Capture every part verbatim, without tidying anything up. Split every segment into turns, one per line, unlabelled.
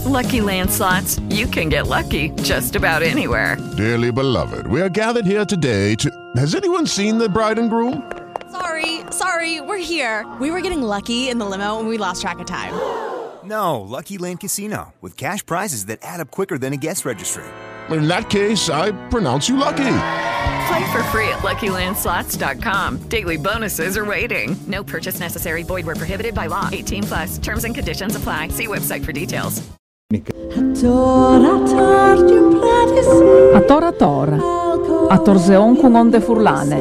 Lucky Land Slots, you can get lucky just about anywhere.
Dearly beloved, we are gathered here today to... Has anyone seen the bride and groom?
Sorry, sorry, we're here. We were getting lucky in the limo and we lost track of time.
No, Lucky Land Casino, with cash prizes that add up quicker than a guest registry.
In that case, I pronounce you lucky.
Play for free at Lucky Land Slots dot com. Daily bonuses are waiting. No purchase necessary. Void where prohibited by law. eighteen plus. Terms and conditions apply. See website for details.
A tora tora, a torseon con onde furlane.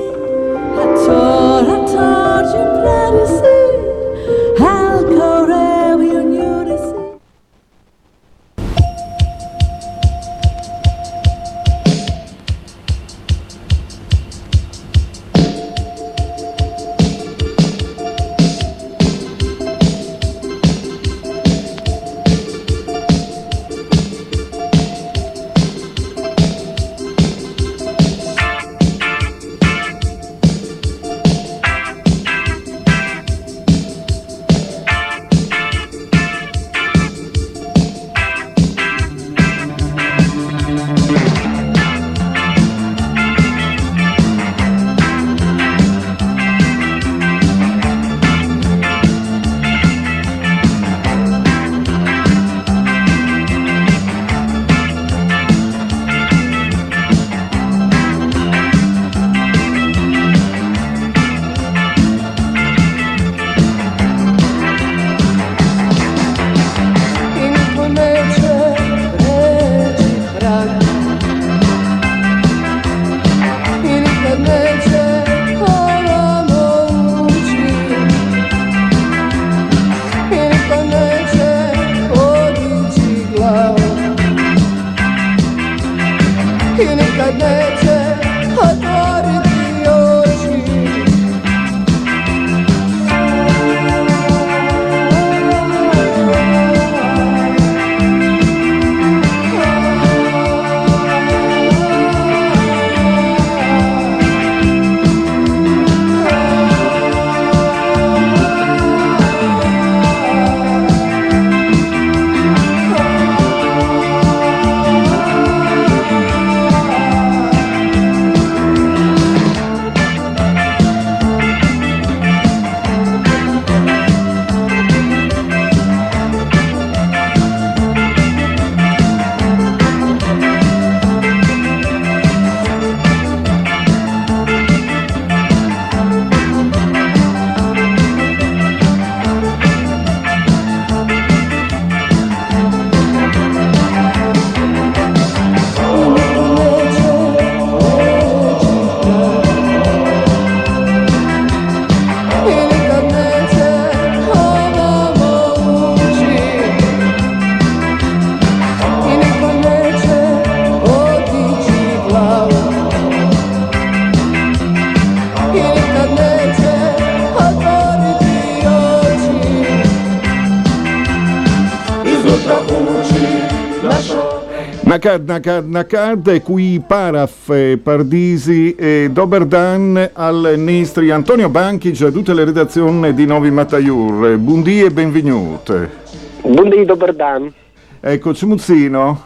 Nakad, nakad, nakad, qui paraf, pardisi e doberdan al nistri Antonio Banchi, già tutte le redazioni di Novi Mataiur. Buondì e benvenuti.
Buondì, doberdan.
Ecco, Cimuzzino.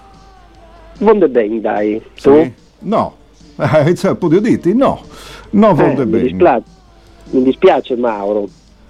Vonde ben, dai. Tu?
Sì? No. Eh, cioè, podio dirti? No. No, vonde
eh,
ben.
Mi dispiace, mi dispiace Mauro.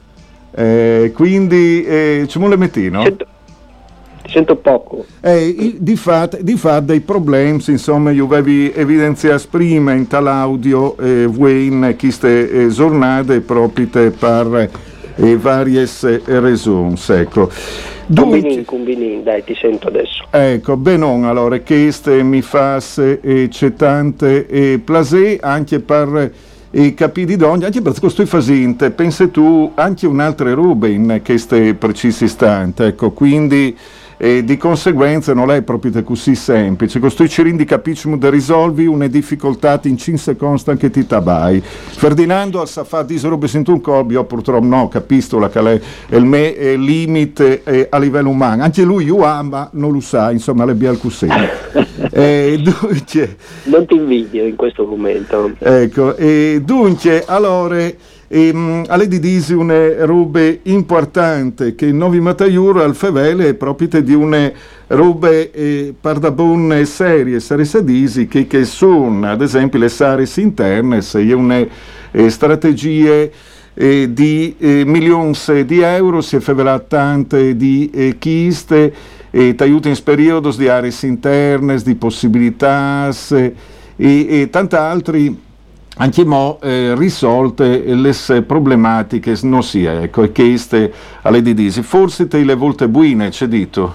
Eh, quindi, eh, ci vuole mettino?
Sento... Sento poco.
Eh, di fatto di fat dei problemi, insomma, io avevi evidenziato prima in tal'audio eh, in queste eh, giornate proprio per eh, varie eh, ragioni, ecco.
Combinin, combinin, dai, ti sento adesso.
Ecco, benon, allora, queste mi fa eh, c'è tante eh, plasè anche per e capire d'ogni, anche per questo facente, pensi tu anche un'altra roba in queste precise istanti, ecco, quindi e di conseguenza non è proprio così semplice. Questo ci rindi capisci da risolvi una difficoltà in cinque secondi anche ti tabai. Ferdinando al safà di robe sento un colpo, io purtroppo no, capisco la che è il me è limite eh, a livello umano. Anche lui io ama, non lo sa, insomma, le bia al cusino. eh, dunque,
non ti invidio in questo momento.
Ecco, e dunque, allora E mh, alle di disi une robe importante che Novi Mataiur al fevele proprio di une robe eh, pardabonne serie, sares a disi che, che sono ad esempio le sares interne, e une eh, strategie eh, di eh, milioni di euro, si è fevelato tante di eh, chiste e t'aiuta in periodo di aree interne, di possibilità e, e tante altre anche mo eh, risolte le problematiche non sia ecco e queste alle di disi forse te le volte buine c'è dito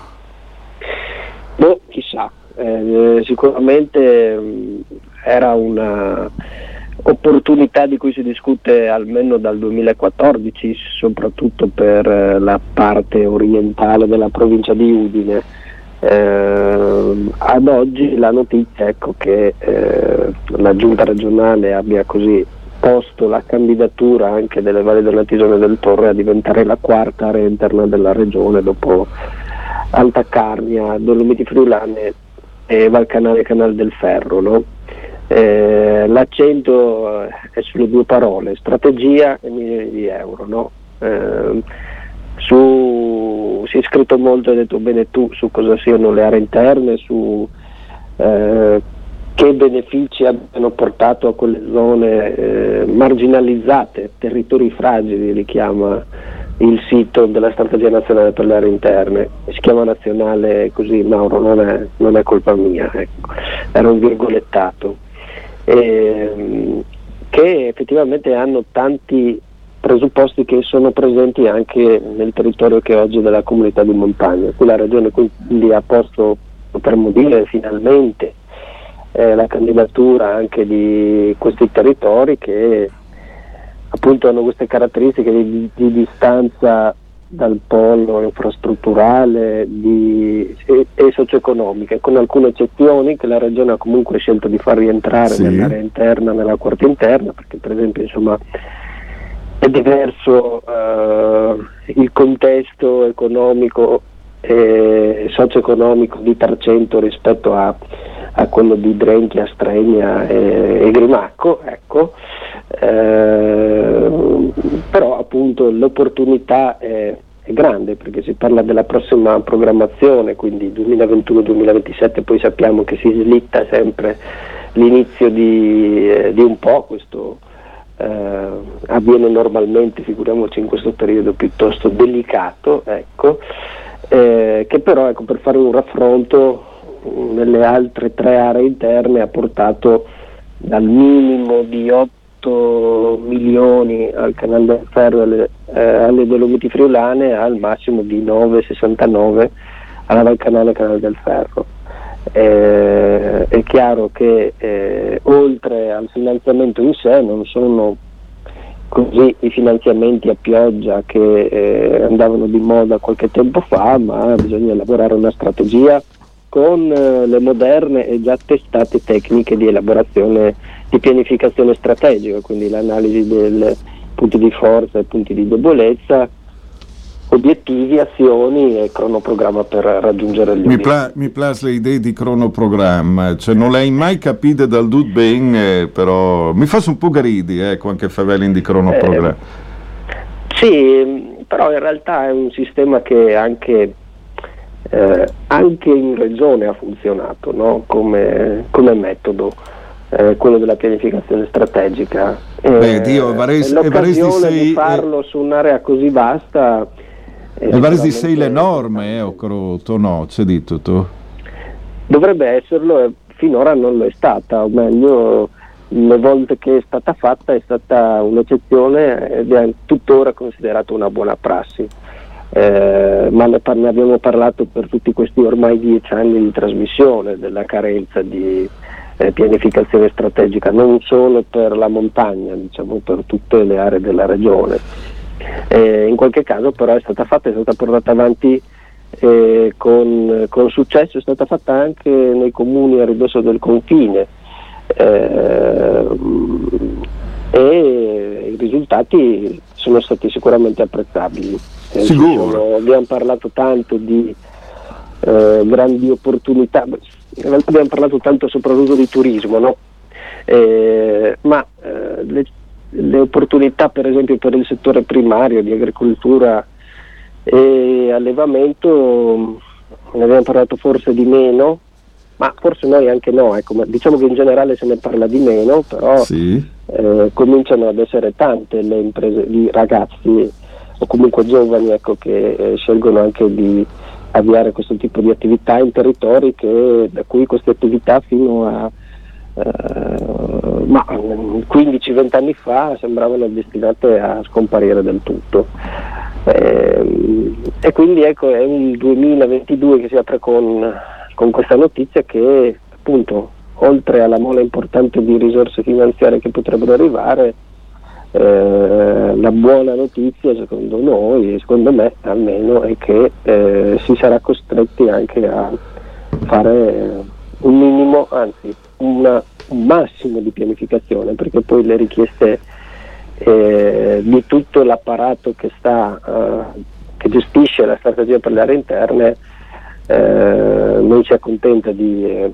boh chissà eh, sicuramente mh, era una opportunità di cui si discute almeno dal duemilaquattordici, soprattutto per eh, la parte orientale della provincia di Udine. Eh, ad oggi la notizia ecco che eh, la giunta regionale abbia così posto la candidatura anche delle Valli della Tisone del Torre a diventare la quarta area interna della regione dopo Alta Carnia, Dolomiti Friulane e Valcanale Canal del Ferro, no? Eh, l'accento è sulle due parole, strategia e milioni di euro, no? Eh, su, si è scritto molto, hai detto bene tu, su cosa siano le aree interne, su eh, che benefici abbiano portato a quelle zone eh, marginalizzate, territori fragili li chiama il sito della strategia nazionale per le aree interne. Si chiama nazionale così, Mauro, non è, non è colpa mia, ecco. Era un virgolettato. Eh, che effettivamente hanno tanti presupposti che sono presenti anche nel territorio che oggi è della comunità di montagna. Qui la regione quindi ha posto, potremmo dire finalmente, eh, la candidatura anche di questi territori che appunto hanno queste caratteristiche di, di distanza dal polo infrastrutturale di, e, e socio-economiche, con alcune eccezioni che la regione ha comunque scelto di far rientrare sì. nell'area interna, nella quarta interna, perché per esempio insomma è diverso eh, il contesto economico e socio-economico di Tarcento rispetto a, a quello di Drenchia, Stregna e, e Grimacco, ecco. Eh, però appunto l'opportunità è, è grande perché si parla della prossima programmazione, quindi duemilaventuno duemilaventisette, poi sappiamo che si slitta sempre l'inizio di, eh, di un po', questo eh, avviene normalmente, figuriamoci in questo periodo piuttosto delicato, ecco, eh, che però ecco, per fare un raffronto nelle altre tre aree interne ha portato dal minimo di otto milioni al Canal del Ferro e alle, eh, alle Dolomiti Friulane al massimo di nove virgola sessantanove alla Valcanale Canal del Ferro. Eh, è chiaro che eh, oltre al finanziamento in sé non sono così i finanziamenti a pioggia che eh, andavano di moda qualche tempo fa, ma bisogna elaborare una strategia con eh, le moderne e già testate tecniche di elaborazione di pianificazione strategica, quindi l'analisi dei punti di forza e punti di debolezza, obiettivi, azioni e cronoprogramma per raggiungere gli
mi
obiettivi.
Pla, mi piace le idee di cronoprogramma, cioè non l'hai mai capito dal dut ben, eh, però mi fa un po' gridi, ecco, anche Favelin di cronoprogramma.
Eh, sì, però in realtà è un sistema che anche eh, anche in regione ha funzionato, no? come, come metodo. Eh, quello della pianificazione strategica.
Beh,
eh,
Dio, varesi,
l'occasione
sei,
di farlo eh, su un'area così vasta
e varesi sei le norme, eh, o croto, no, c'è detto tu?
Dovrebbe esserlo e finora non lo è stata, o meglio le volte che è stata fatta è stata un'eccezione ed è tuttora considerata una buona prassi. Eh, ma ne, par- ne abbiamo parlato per tutti questi ormai dieci anni di trasmissione della carenza di Eh, pianificazione strategica, non solo per la montagna, diciamo per tutte le aree della regione. Eh, in qualche caso però è stata fatta, è stata portata avanti eh, con, con successo, è stata fatta anche nei comuni a ridosso del confine eh, e i risultati sono stati sicuramente apprezzabili. Eh,
Sicuro.
Sono, abbiamo parlato tanto di eh, grandi opportunità. In realtà abbiamo parlato tanto sopra l'uso di turismo, no? Eh, ma eh, le, le opportunità per esempio per il settore primario di agricoltura e allevamento ne abbiamo parlato forse di meno, ma forse noi anche no, ecco, ma diciamo che in generale se ne parla di meno, però
sì.
eh, cominciano ad essere tante le imprese di ragazzi o comunque giovani, ecco, che eh, scelgono anche di avviare questo tipo di attività in territori che, da cui queste attività fino a Uh, ma quindici venti anni fa sembravano destinate a scomparire del tutto, e, e quindi ecco è un duemilaventidue che si apre con, con questa notizia che appunto oltre alla mole importante di risorse finanziarie che potrebbero arrivare, eh, la buona notizia secondo noi, secondo me almeno, è che eh, si sarà costretti anche a fare un minimo, anzi una, un massimo di pianificazione, perché poi le richieste eh, di tutto l'apparato che sta uh, che gestisce la strategia per le aree interne eh, non si accontenta di eh,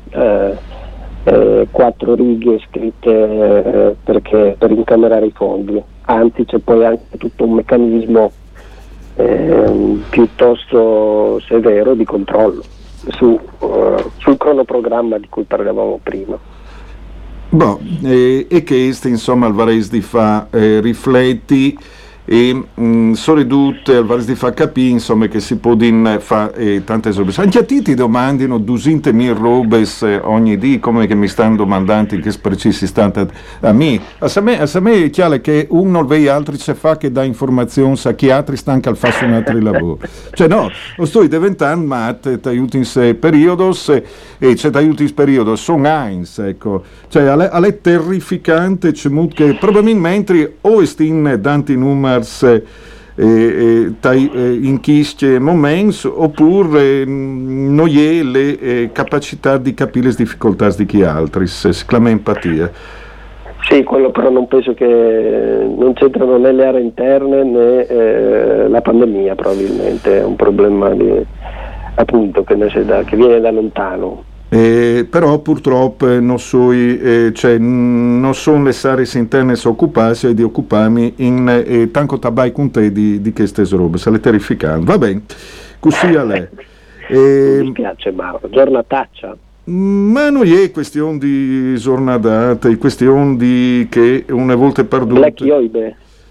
eh, quattro righe scritte eh, perché, per incamerare i fondi, anzi c'è poi anche tutto un meccanismo eh, piuttosto severo di controllo Su, uh, sul cronoprogramma di cui parlavamo prima.
Boh, eh, e che insomma al Varese di fa eh, rifletti e mh, soprattutto al Varese di fa capire insomma che si può dire fa eh, tante robe. Anche a te ti domandino duecento mila robes eh, ogni dì, come che mi stanno domandando in che precisi stanno a me. A me, a me è chiaro che uno vei altri se fa che dà informazioni a chi altri stanno al fare un altro lavoro. Cioè no, lo sto diventando mat tra gli ultimi periodi e c'è tra gli ultimi periodi sono eins, ecco. Cioè è terrificante che probabilmente o estin danti numeri Eh, eh, tai, eh, in questi momenti oppure eh, non è le eh, capacità di capire le difficoltà di chi altri, se si chiama empatia.
Sì, quello però non penso che non c'entrano né le aree interne né eh, la pandemia, probabilmente è un problema di, appunto che, ne da, che viene da lontano.
Eh, però purtroppo eh, non, so, eh, cioè, non sono le aree interne occupate di occuparmi in eh, tanto tabai con te di, di queste robe, se le terrificando. Va bene, così a lei. Eh,
Mi dispiace Mauro, giornataccia.
Ma non è questione di giornata, è questione di che una volta perduto.
Black Yoibe.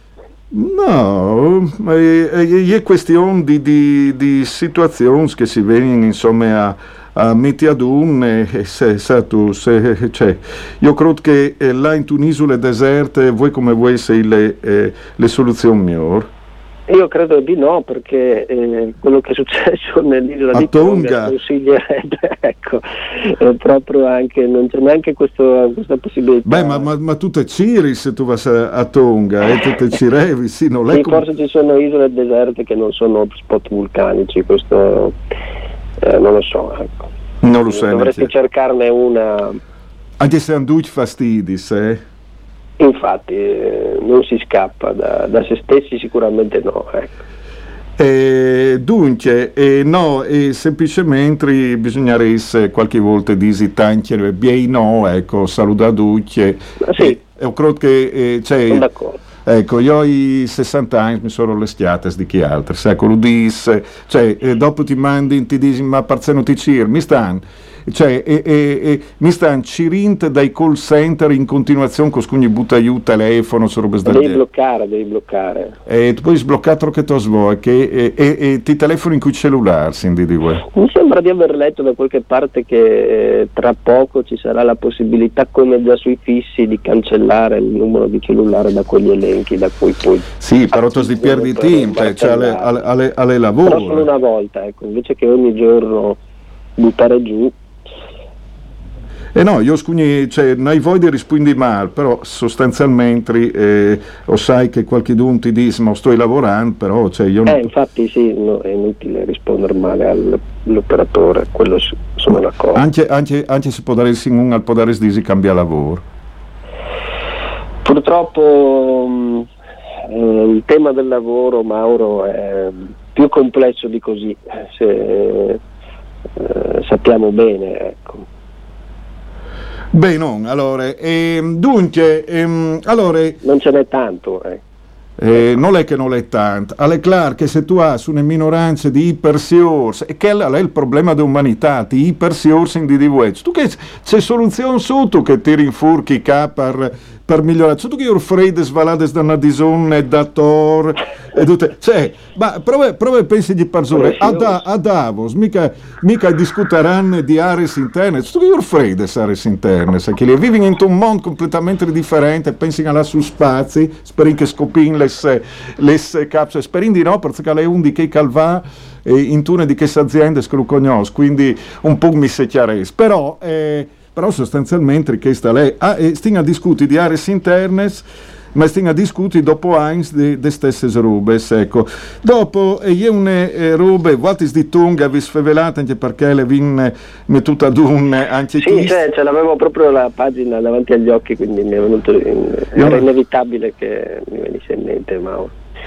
No, è, è, è questione di, di, di situazioni che si vengono insomma a a metti ad un e se, se tu, se, cioè, io credo che eh, là in un'isola deserta voi come voi sei le, eh, le soluzioni migliori?
Io credo di no, perché eh, quello che è successo nell'isola
a
di Tonga consiglierebbe, ecco, eh, proprio anche, non c'è neanche questo, questa possibilità.
Beh, ma, ma, ma tu te ciri se tu vai a, a Tonga e eh, tu te cirevi, sì, non è
sì,
come...
forse ci sono isole deserte che non sono spot vulcanici, questo eh, non lo so, ecco.
Non lo so.
Dovresti cercarne una.
Anche se hanno due fastidi, eh?
Infatti, eh, non si scappa da, da se stessi, sicuramente no. Ecco.
Eh, dunque, eh, no, eh, semplicemente bisognerebbe qualche volta dire tanti bei no, ecco, saluta tutti.
Sì.
Eh, io credo che eh, cioè,
sono d'accordo.
Ecco, io i sessanta anni mi sono le schiate di chi altri, ecco, lo disse, cioè, eh, dopo ti mandi, ti dici, ma per non ti cir, mi stanno, cioè, e, e, e, mi stanno cirint dai call center in continuazione con scugni butta aiuto, telefono, su robe
devi bloccare, devi bloccare.
E tu puoi sbloccare che tu svoi, che e, e, e ti telefoni in cui cellulare, si di voi.
Mi sembra di aver letto da qualche parte che eh, tra poco ci sarà la possibilità, come già sui fissi, di cancellare il numero di cellulare da quegli elenchi da cui poi
sì, però tu ti perdi tempo, cioè alle, alle, alle, alle lavoro.
Però solo una volta, ecco, invece che ogni giorno buttare giù.
Eh no, io scugni, cioè, non hai voglia di rispondere male, però sostanzialmente eh, o sai che qualcuno ti dice ma sto lavorando, però cioè, io non...
Eh, infatti sì, no, è inutile rispondere male all'operatore, quello sono d'accordo.
Anche, anche, anche se può dare il singolo al potere di cambia lavoro.
Purtroppo mh, eh, il tema del lavoro, Mauro, è più complesso di così, se eh, sappiamo bene, ecco.
Beh, non, allora, ehm, dunque, ehm, allora...
Non ce n'è tanto, eh.
Eh, non è che non è tanto, è chiaro che se tu hai una minoranza di ipersiors, e che è il problema dell'umanità, di ipersiors di divulgazione, tu che c'è soluzione su tu che tiri in furchi per, per migliorare, tu che io fredde svalate da una disonne da tor e tutte, cioè, ma prova, prova pensi di parzore a, da, a Davos mica, mica discuteranno di aree interne, tu che io fredde aree interne, sai che li vivi in un mondo completamente differente, pensi alla su spazi, speri che scopin le le capsule, speri di no perché lei un di che calva eh, in tune di che aziende scrucognos, quindi un po' mi se chiares, però eh, però sostanzialmente che sta lei ah, eh, stinga a discuti di aree interne, ma stinga a discuti dopo Heinz de, de stesse robe, ecco. Dopo e io une eh, robe Waltis di Tunga vi sfevelate anche perché le vin mettuta ad un anche
sì, chi cioè, ce l'avevo proprio la pagina davanti agli occhi, quindi mi è venuto in, era no. inevitabile che mi venisse in mente, ma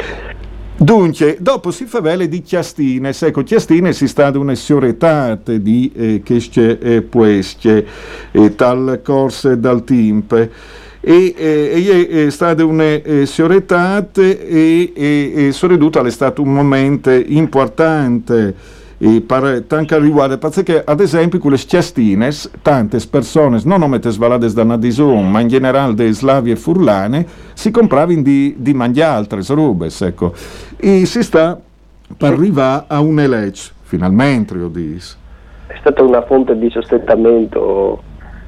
dunque, dopo si favele di Chiastines, ecco, Chiastines si sta ad una sioretate di eh, che c'è eh, puesce e tal corse dal timpe e eh, è stata una eh, sioretate e, e, e soprattutto è stato un momento importante e per tanto riguarda perché ad esempio con le Chiastines tante persone non omette svalate da Nadison ma in generale dei slavi e furlane si compravano di, di mangiare altre robe, ecco, e si sta per arrivare a un eleccio finalmente io dis.
È stata una fonte di sostentamento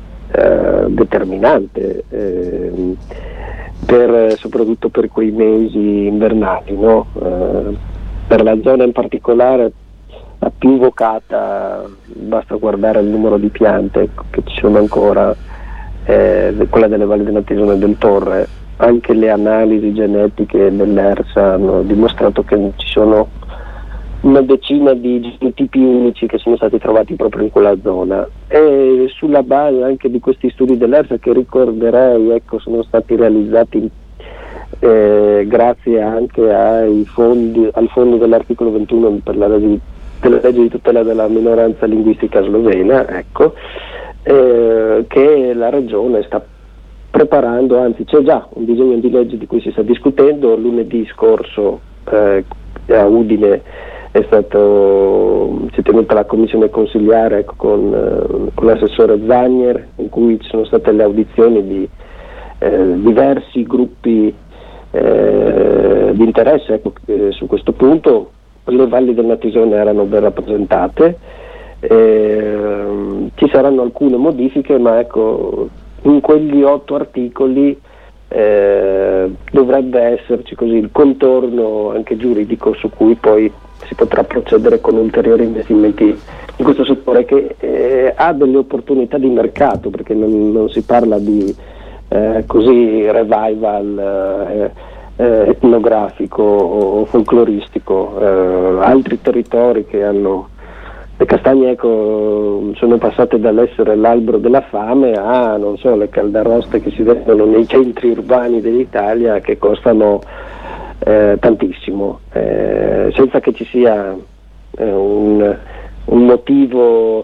eh, determinante eh, per, soprattutto per quei mesi invernali, no? Eh, per la zona in particolare la più vocata, basta guardare il numero di piante che ci sono ancora, eh, quella delle valli della Tisone e del Torre. Anche le analisi genetiche dell'ERSA hanno dimostrato che ci sono una decina di genotipi unici che sono stati trovati proprio in quella zona, e sulla base anche di questi studi dell'ERSA, che ricorderei ecco, sono stati realizzati eh, grazie anche ai fondi, al fondo dell'articolo ventuno per la legge, della legge di tutela della minoranza linguistica slovena, ecco, eh, che la regione sta preparando, anzi c'è già un disegno di legge di cui si sta discutendo. Lunedì scorso eh, a Udine è stato, si è tenuta la commissione consigliare ecco, con, eh, con l'assessore Zagner, in cui ci sono state le audizioni di eh, diversi gruppi eh, di interesse ecco, eh, su questo punto. Le valli del Natisone erano ben rappresentate, eh, ci saranno alcune modifiche, ma ecco, in quegli otto articoli eh, dovrebbe esserci così il contorno anche giuridico su cui poi si potrà procedere con ulteriori investimenti in questo settore che eh, ha delle opportunità di mercato, perché non, non si parla di eh, così revival eh, eh, etnografico o folcloristico. Eh, altri territori che hanno le castagne ecco, sono passate dall'essere l'albero della fame a non so le caldaroste che si vendono nei centri urbani dell'Italia che costano eh, tantissimo, eh, senza che ci sia eh, un, un motivo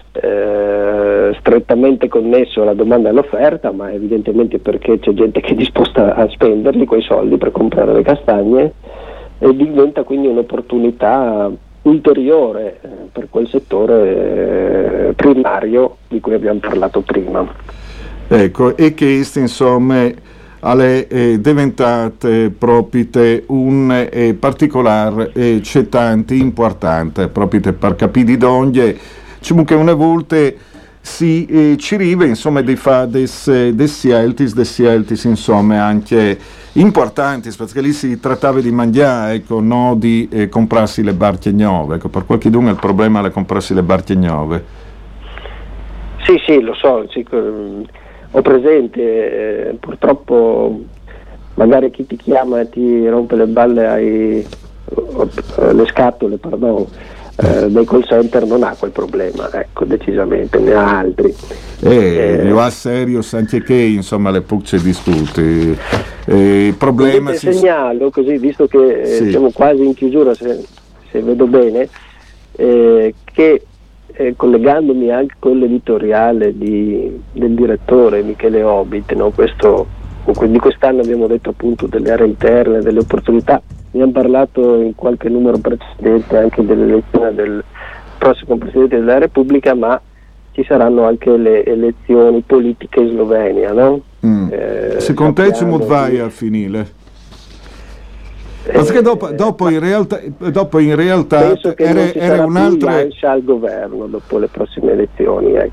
eh, strettamente connesso alla domanda e all'offerta, ma evidentemente perché c'è gente che è disposta a spenderli quei soldi per comprare le castagne, e diventa quindi un'opportunità ulteriore eh, per quel settore eh, primario di cui abbiamo parlato prima.
Ecco, e che insomma è eh, diventate proprio un eh, particolare eh, cetante importante proprio per capire di ogni diciamo che una volta si eh, ci arriva insomma dei fa des, des sceltis des sceltis insomma anche importanti, perché lì si trattava di mangiare, ecco, no di eh, comprarsi le barche nuove, ecco, per qualche dunque il problema è comprarsi le barche nuove.
Sì, sì, lo so, sì, ho presente, eh, purtroppo magari chi ti chiama e ti rompe le balle ai le scatole, pardon, eh, dei call center non ha quel problema, ecco, decisamente, ne ha altri.
Eh, eh, va serio anche che insomma le pucce discuti. Eh, il problema
si segnalo così, visto che eh,
sì.
siamo quasi in chiusura, se, se vedo bene, eh, che eh, collegandomi anche con l'editoriale di, del direttore Michele Obit, no? Questo, di quest'anno abbiamo detto appunto delle aree interne, delle opportunità, abbiamo parlato in qualche numero precedente anche dell'elezione del prossimo Presidente della Repubblica, ma ci saranno anche le elezioni politiche in Slovenia, no?
Mm. Eh, Secondo te ci vai a finire? Perché dopo, dopo, in realtà, dopo in realtà
penso che
era,
non ci
era
sarà
un'altra
più Lancia al governo dopo le prossime elezioni, eh.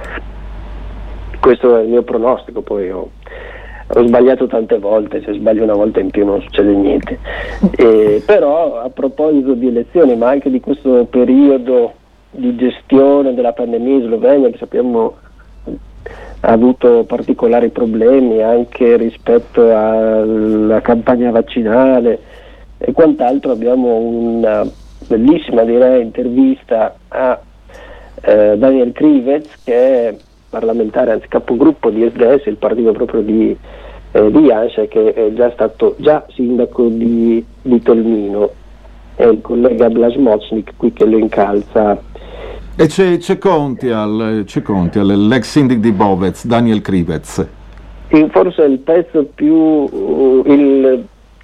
Questo è il mio pronostico. Poi ho, ho sbagliato tante volte, se sbaglio una volta in più non succede niente, e, però a proposito di elezioni, ma anche di questo periodo di gestione della pandemia in Slovenia, che sappiamo ha avuto particolari problemi anche rispetto alla campagna vaccinale e quant'altro, abbiamo una bellissima, direi, intervista a eh, Daniel Krivec, che è parlamentare, anzi capogruppo di S D S, il partito proprio di, eh, di Janša, che è già stato già sindaco di, di Tolmino, è il collega Blas Mocnik qui che lo incalza.
E c'è, c'è Conti, al, c'è Conti al, l'ex sindaco di Bovec, Daniel Krivec.
Forse il pezzo più, uh, il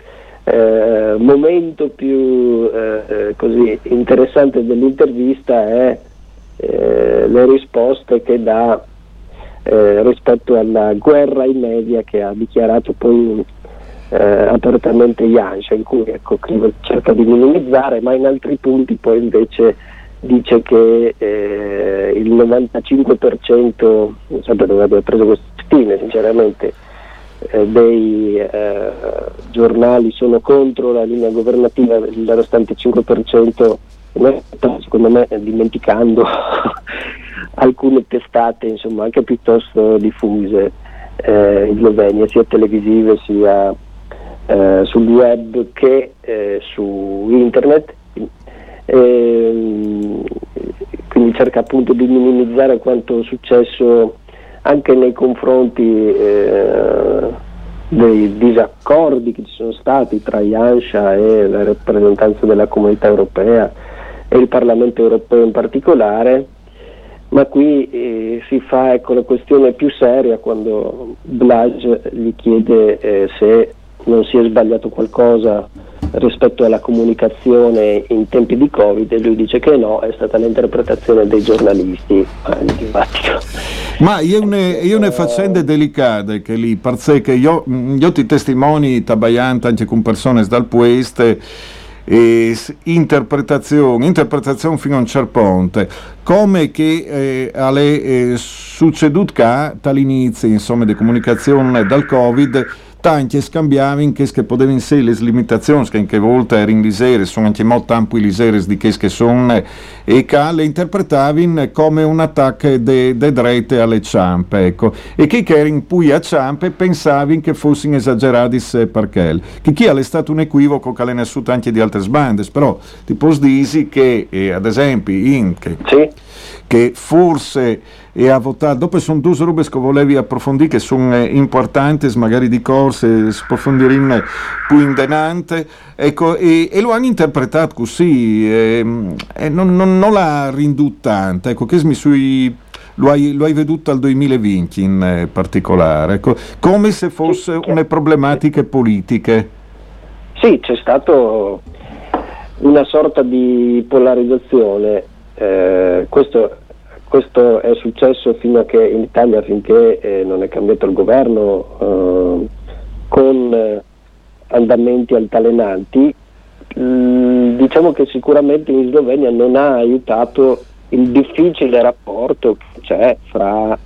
eh, momento più eh, così interessante dell'intervista è eh, le risposte che dà eh, rispetto alla guerra ai media che ha dichiarato poi eh, apertamente Janša, in cui ecco, Krivec cerca di minimizzare, ma in altri punti poi invece dice che eh, il novantacinque per cento, non so da dove abbia preso queste stime sinceramente, eh, dei eh, giornali sono contro la linea governativa, il restante cinque per cento secondo me dimenticando alcune testate insomma anche piuttosto diffuse eh, in Slovenia, sia televisive sia eh, sul web che eh, su internet. E, quindi cerca appunto di minimizzare quanto successo anche nei confronti eh, dei disaccordi che ci sono stati tra Janša e la rappresentanza della Comunità Europea e il Parlamento Europeo in particolare, ma qui eh, si fa ecco la questione più seria quando Blas gli chiede eh, se non si è sbagliato qualcosa rispetto alla comunicazione in tempi di Covid, e lui dice che no, è stata l'interpretazione dei giornalisti il dibattito.
Ma io ne, io ne faccende delicate che lì, perché io, io ti testimoni tabaiante anche con persone dal pueste e interpretazione, interpretazione fino a un certo punto, come che eh, alle eh, succedut che dall'inizio insomma di comunicazione dal Covid tanti scambiavano che che potevano essere le limitazioni che anche volte erano lisere, sono anche molto ampi lisere di che che sono, e che le interpretavano come un attacco de, de drette alle ciampe, ecco, e che che erano poi a ciampe pensavano che fossero esagerati perché che chi è stato un equivoco che l'è nessuto anche di altre sbande, però ti posso dire che eh, ad esempio in che,
sì.
che forse e ha votato, dopo sono due robe che volevi approfondire che sono eh, importanti, magari di corse, approfondirne più in denante, ecco, e, e lo hanno interpretato così, e, e non, non, non l'ha rinduttante, ecco, che mi sui, lo, hai, lo hai veduto al duemilaventi in eh, particolare, ecco, come se fosse sì, une problematiche politiche.
Sì, c'è stato una sorta di polarizzazione, eh, questo Questo è successo fino a che in Italia, finché eh, non è cambiato il governo, eh, con eh, andamenti altalenanti. Mm, diciamo che sicuramente in Slovenia non ha aiutato il difficile rapporto che c'è fra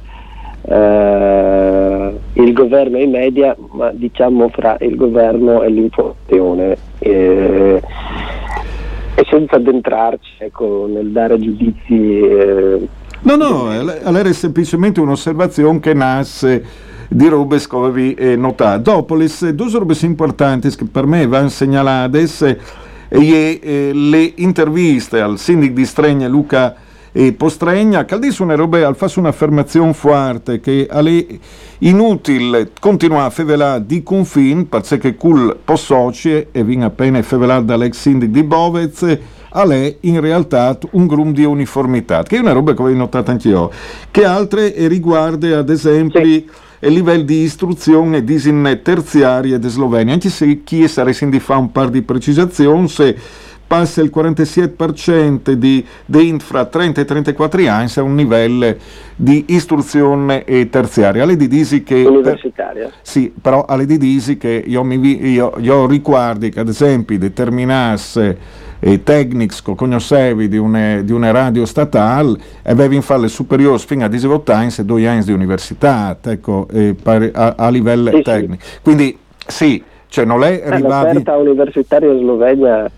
eh, il governo e i media, ma diciamo fra il governo e l'informazione. Eh, e senza addentrarci ecco, nel dare giudizi. Eh,
No, no, era semplicemente un'osservazione che nasce di robe che avevi eh, notato. Dopo le due robe importanti che per me vanno segnalate e eh, le interviste al sindaco di Stregna, Luca e Postregna, che al una roba, al fa un'affermazione forte che è inutile continuare a fevelare di confin perché col possocie e viene appena fevelare dall'ex sindaco di Bovec è in realtà un grum di uniformità, che è una roba che avevo notato anch'io, che altre riguarda ad esempio sì. il livello di istruzione disin terziaria di Slovenia, anche se chi saresti di fare un par di precisazioni, se passa il quarantasette per cento di, di infra trenta e trentaquattro anni a un livello di istruzione terziaria. Alle di disi che
universitaria.
Per, sì, però alle di disi che io, mi, io, io ricordi che ad esempio determinasse eh, tecnici che conoscevi di una, di una radio statale e avevi fare le superiori fino a diciotto anni e due anni di università, ecco, eh, per, a, a livello sì, tecnico. Sì. Quindi sì, cioè non è arrivato.
L'offerta universitaria in Slovenia.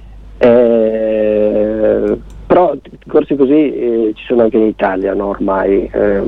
Eh, però corsi così eh, ci sono anche in Italia, no, ormai eh,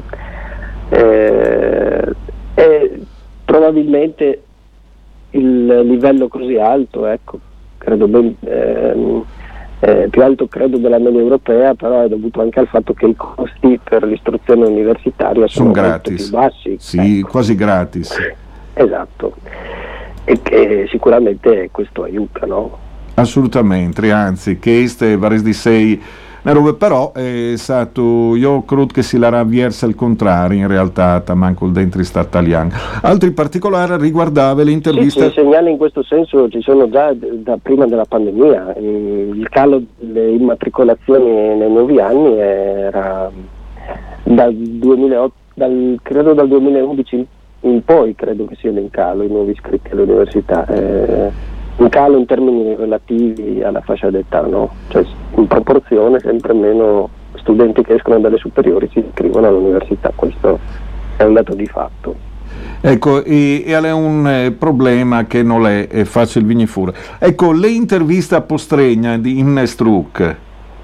eh, e probabilmente il livello così alto, ecco, credo ben, eh, eh, più alto credo della media europea, però è dovuto anche al fatto che i costi per l'istruzione universitaria sono, sono gratis, più bassi,
sì,
ecco.
Quasi gratis,
esatto, e che sicuramente questo aiuta, no?
Assolutamente, anzi, queste varie di sei però è stato, io credo che si la versa il contrario in realtà, manco il dentro stato italiano. Altri particolari riguardava le interviste.
Sì, sì, segnali in questo senso ci sono già da prima della pandemia, il calo delle immatricolazioni nei nuovi anni era dal duemilaotto, dal, credo dal duemilaundici in poi credo che siano in calo i nuovi iscritti all'università. Eh, un calo in termini relativi alla fascia d'età, no? Cioè in proporzione sempre meno studenti che escono dalle superiori si iscrivono all'università, questo è un dato di fatto.
Ecco, e, e è un eh, problema che non è, è facile venire fuori. Ecco, le interviste a Postregna di in Struck.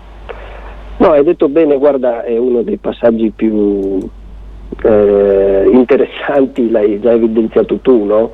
No, hai detto bene, guarda, è uno dei passaggi più eh, interessanti, l'hai già evidenziato tu, no?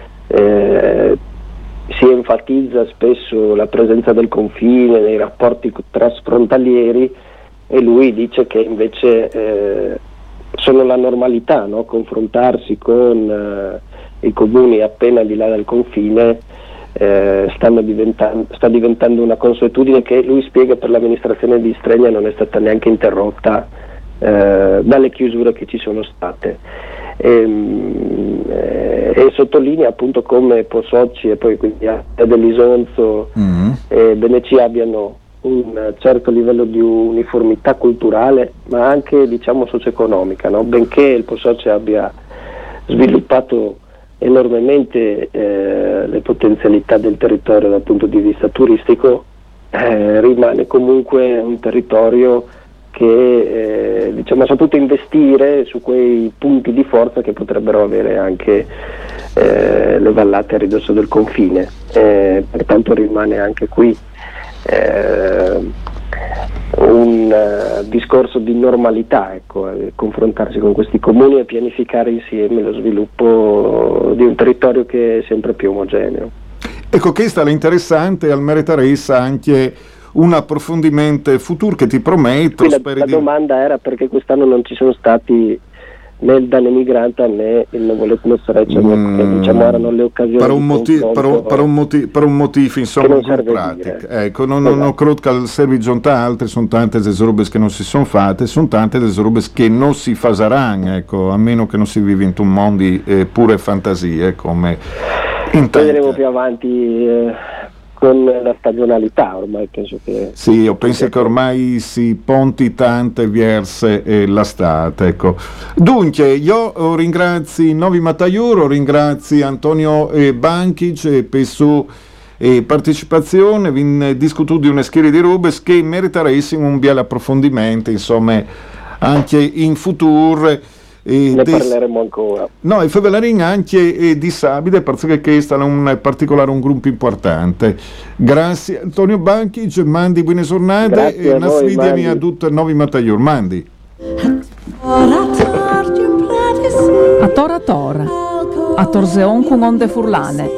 Eh, si enfatizza spesso la presenza del confine nei rapporti transfrontalieri e lui dice che invece eh, sono la normalità, no? Confrontarsi con eh, i comuni appena di là del confine eh, stanno diventando, sta diventando una consuetudine che lui spiega per l'amministrazione di Stregna non è stata neanche interrotta eh, dalle chiusure che ci sono state. E, eh, e sottolinea appunto come Possocci e poi quindi dell'Isonzo mm-hmm. e Beneci abbiano un certo livello di uniformità culturale ma anche diciamo socio-economica, no? Benché il Possocci abbia sviluppato enormemente eh, le potenzialità del territorio dal punto di vista turistico, eh, rimane comunque un territorio che eh, diciamo, ha saputo investire su quei punti di forza che potrebbero avere anche eh, le vallate a ridosso del confine, eh, pertanto rimane anche qui eh, un uh, discorso di normalità, ecco, eh, confrontarsi con questi comuni e pianificare insieme lo sviluppo di un territorio che è sempre più omogeneo.
Ecco, questa è l'interessante, al meriteressa anche un approfondimento futuro che ti prometto.
La, la di... domanda era perché quest'anno non ci sono stati né il Dane Migranta né il Nuovoletno Streccia, mm, che diciamo erano le occasioni
per un motivo per un, per un motivo per un motivo insomma non pratico, ecco, non, esatto. non credo che servi giunta altre, sono tante delle robe che non si sono fatte, sono tante delle robe che non si faranno, ecco, a meno che non si vive in un mondo di eh, pure fantasie come in
vedremo più avanti eh, con la stagionalità, ormai penso che
sì, io penso che ormai si ponti tante verso eh, l'estate, ecco. Dunque io ringrazio Novi Mataiuro, ringrazio Antonio eh, Banchic eh, per su eh, partecipazione, vi discuto di una serie di robe che meriteressimo un bel approfondimento, insomma, anche in futuro. E
ne des... parleremo ancora.
No, e favelare anche eh, di Sabide, perché questo è un particolare un gruppo importante. Grazie Antonio Banchic, mandi buone giornate e una sfidami a tutti Novi Mataiur, mandi.
A Tora Tora, a Torseon con onde furlane.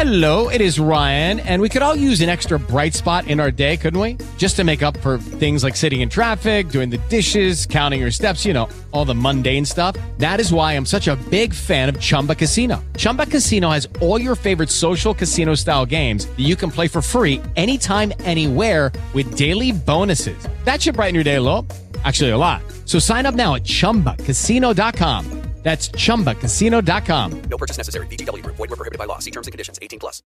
Hello, it is Ryan, and we could all use an extra bright spot in our day, couldn't we? Just to make up for things like sitting in traffic, doing the dishes, counting your steps, you know, all the mundane stuff. That is why I'm such a big fan of Chumba Casino. Chumba Casino has all your favorite social casino-style games that you can play for free anytime, anywhere with daily bonuses. That should brighten your day a little. Actually, a lot. So sign up now at chumba casino dot com. That's chumba casino dot com.
No purchase necessary. V G W Group. Void where prohibited by law. See terms and conditions. eighteen plus.